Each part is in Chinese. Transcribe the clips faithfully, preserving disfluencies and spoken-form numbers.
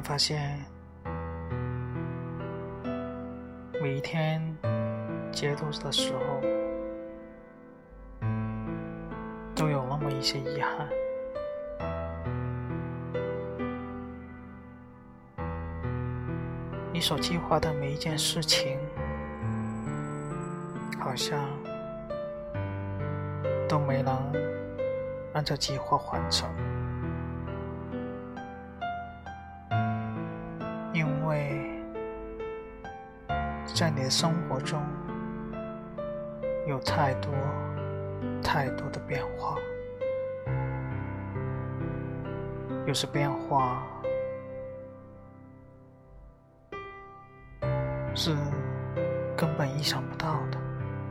然发现每一天解读的时候都有那么一些遗憾。你所计划的每一件事情好像都没能按照计划完成，因为在你的生活中有太多太多的变化，有些变化是根本意想不到的。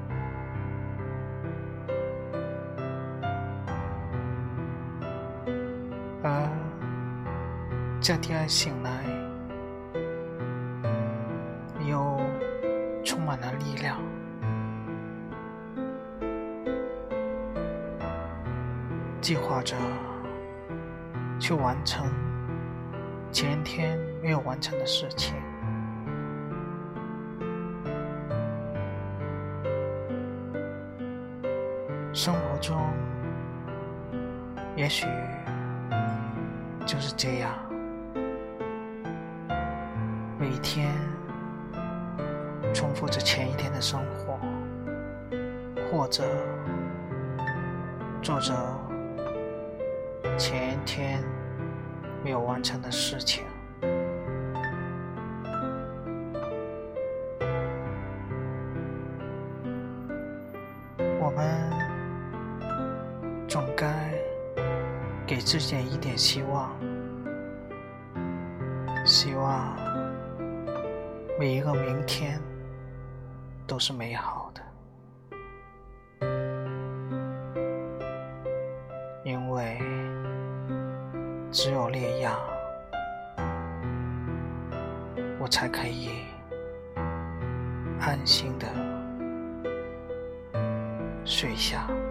而这天醒来，你又充满了力量，计划着去完成前天没有完成的事情。生活中也许就是这样，每一天重复着前一天的生活，或者做着前一天没有完成的事情。我们总该给自己一点希望，希望每一个明天都是美好的，因为只有那样，我才可以安心的睡下。